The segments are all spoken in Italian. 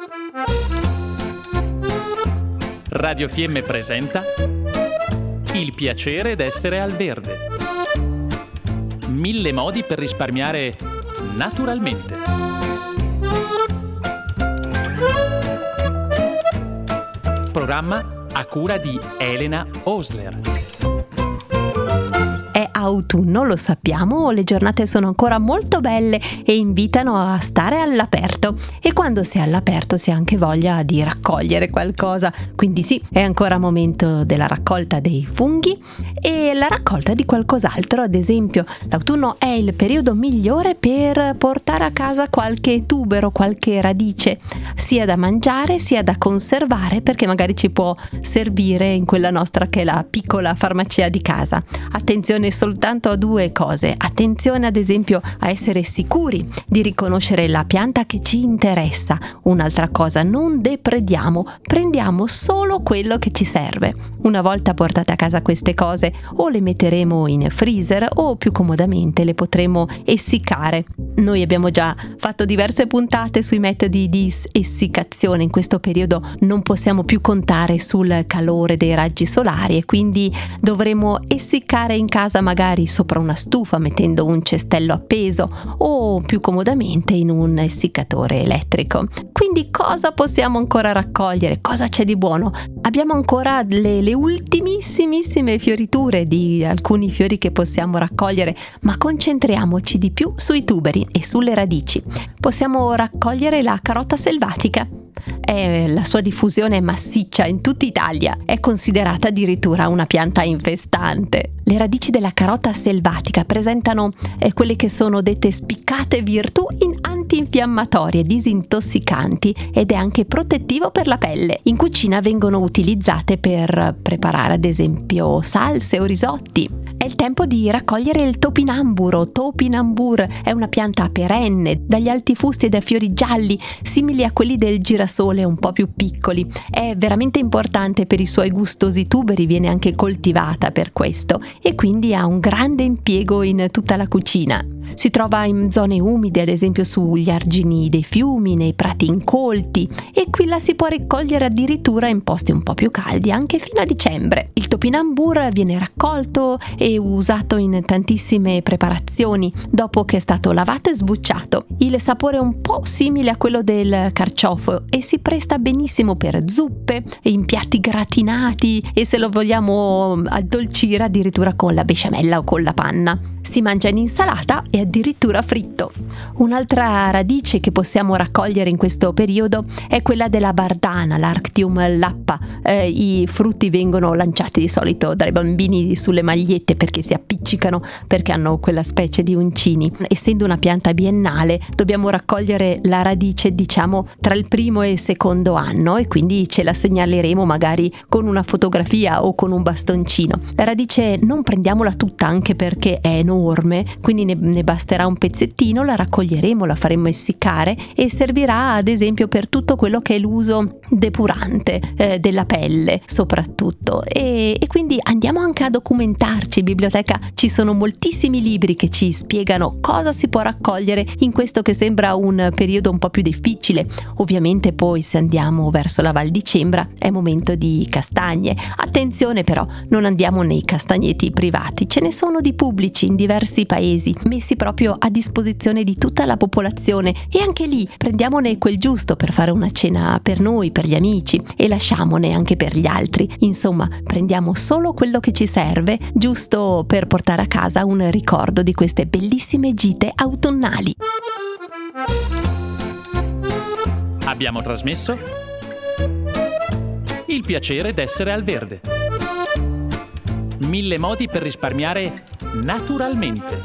Radio Fiemme presenta Il piacere d'essere al verde. 1000 modi per risparmiare naturalmente. Programma a cura di Elena Osler. È autunno, lo sappiamo, le giornate sono ancora molto belle e invitano a stare all'aperto, e quando si è all'aperto si ha anche voglia di raccogliere qualcosa, quindi sì, è ancora momento della raccolta dei funghi e la raccolta di qualcos'altro. Ad esempio, l'autunno è il periodo migliore per portare a casa qualche tubero, qualche radice, sia da mangiare sia da conservare, perché magari ci può servire in quella nostra che è la piccola farmacia di casa. Attenzione soltanto a due cose: attenzione ad esempio a essere sicuri di riconoscere la pianta che ci interessa. Un'altra cosa, non deprediamo, prendiamo solo quello che ci serve. Una volta portate a casa queste cose, o le metteremo in freezer o più comodamente le potremo essiccare. Noi abbiamo già fatto diverse puntate sui metodi di essiccazione. In questo periodo non possiamo più contare sul calore dei raggi solari e quindi dovremo essiccare in casa, magari sopra una stufa mettendo un cestello appeso o più comodamente in un essiccatore elettrico. Quindi cosa possiamo ancora raccogliere? Cosa c'è di buono? Abbiamo ancora le ultimissimissime fioriture di alcuni fiori che possiamo raccogliere, ma concentriamoci di più sui tuberi e sulle radici. Possiamo raccogliere la carota selvatica. La sua diffusione è massiccia in tutta Italia, è considerata addirittura una pianta infestante. Le radici della carota selvatica presentano quelle che sono dette spiccate virtù antinfiammatorie, disintossicanti, ed è anche protettivo per la pelle. In cucina vengono utilizzate per preparare ad esempio salse o risotti. È il tempo di raccogliere il topinamburo. Topinambur è una pianta perenne, dagli alti fusti e dai fiori gialli, simili a quelli del girasole, un po' più piccoli. È veramente importante per i suoi gustosi tuberi, viene anche coltivata per questo e quindi ha un grande impiego in tutta la cucina. Si trova in zone umide, ad esempio sugli argini dei fiumi, nei prati incolti, e qui la si può raccogliere addirittura in posti un po' più caldi, anche fino a dicembre. Il topinambur viene raccolto e usato in tantissime preparazioni dopo che è stato lavato e sbucciato. Il sapore è un po' simile a quello del carciofo e si presta benissimo per zuppe, in piatti gratinati e, se lo vogliamo addolcire, addirittura con la besciamella o con la panna. Si mangia in insalata e addirittura fritto. Un'altra radice che possiamo raccogliere in questo periodo è quella della bardana, l'Arctium lappa. I frutti vengono lanciati di solito dai bambini sulle magliette perché si appiccicano, perché hanno quella specie di uncini. Essendo una pianta biennale, dobbiamo raccogliere la radice, diciamo, tra il primo e il secondo anno, e quindi ce la segnaleremo magari con una fotografia o con un bastoncino. La radice non prendiamola tutta, anche perché è enorme, quindi ne basterà un pezzettino, la raccoglieremo, la faremo essiccare e servirà ad esempio per tutto quello che è l'uso depurante della pelle soprattutto, e quindi andiamo anche a documentarci. In biblioteca ci sono moltissimi libri che ci spiegano cosa si può raccogliere in questo che sembra un periodo un po' più difficile. Ovviamente poi, se andiamo verso la Val di Cembra, è momento di castagne. Attenzione però, non andiamo nei castagneti privati, ce ne sono di pubblici in diversi paesi, messi proprio a disposizione di tutta la popolazione, e anche lì prendiamone quel giusto per fare una cena per noi, per gli amici, e lasciamone anche per gli altri. Insomma, prendiamo solo quello che ci serve, giusto per portare a casa un ricordo di queste bellissime gite autunnali. Abbiamo trasmesso Il piacere d'essere al verde. 1000 modi per risparmiare naturalmente.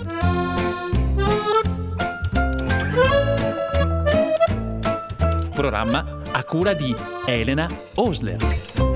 Programma a cura di Elena Osler.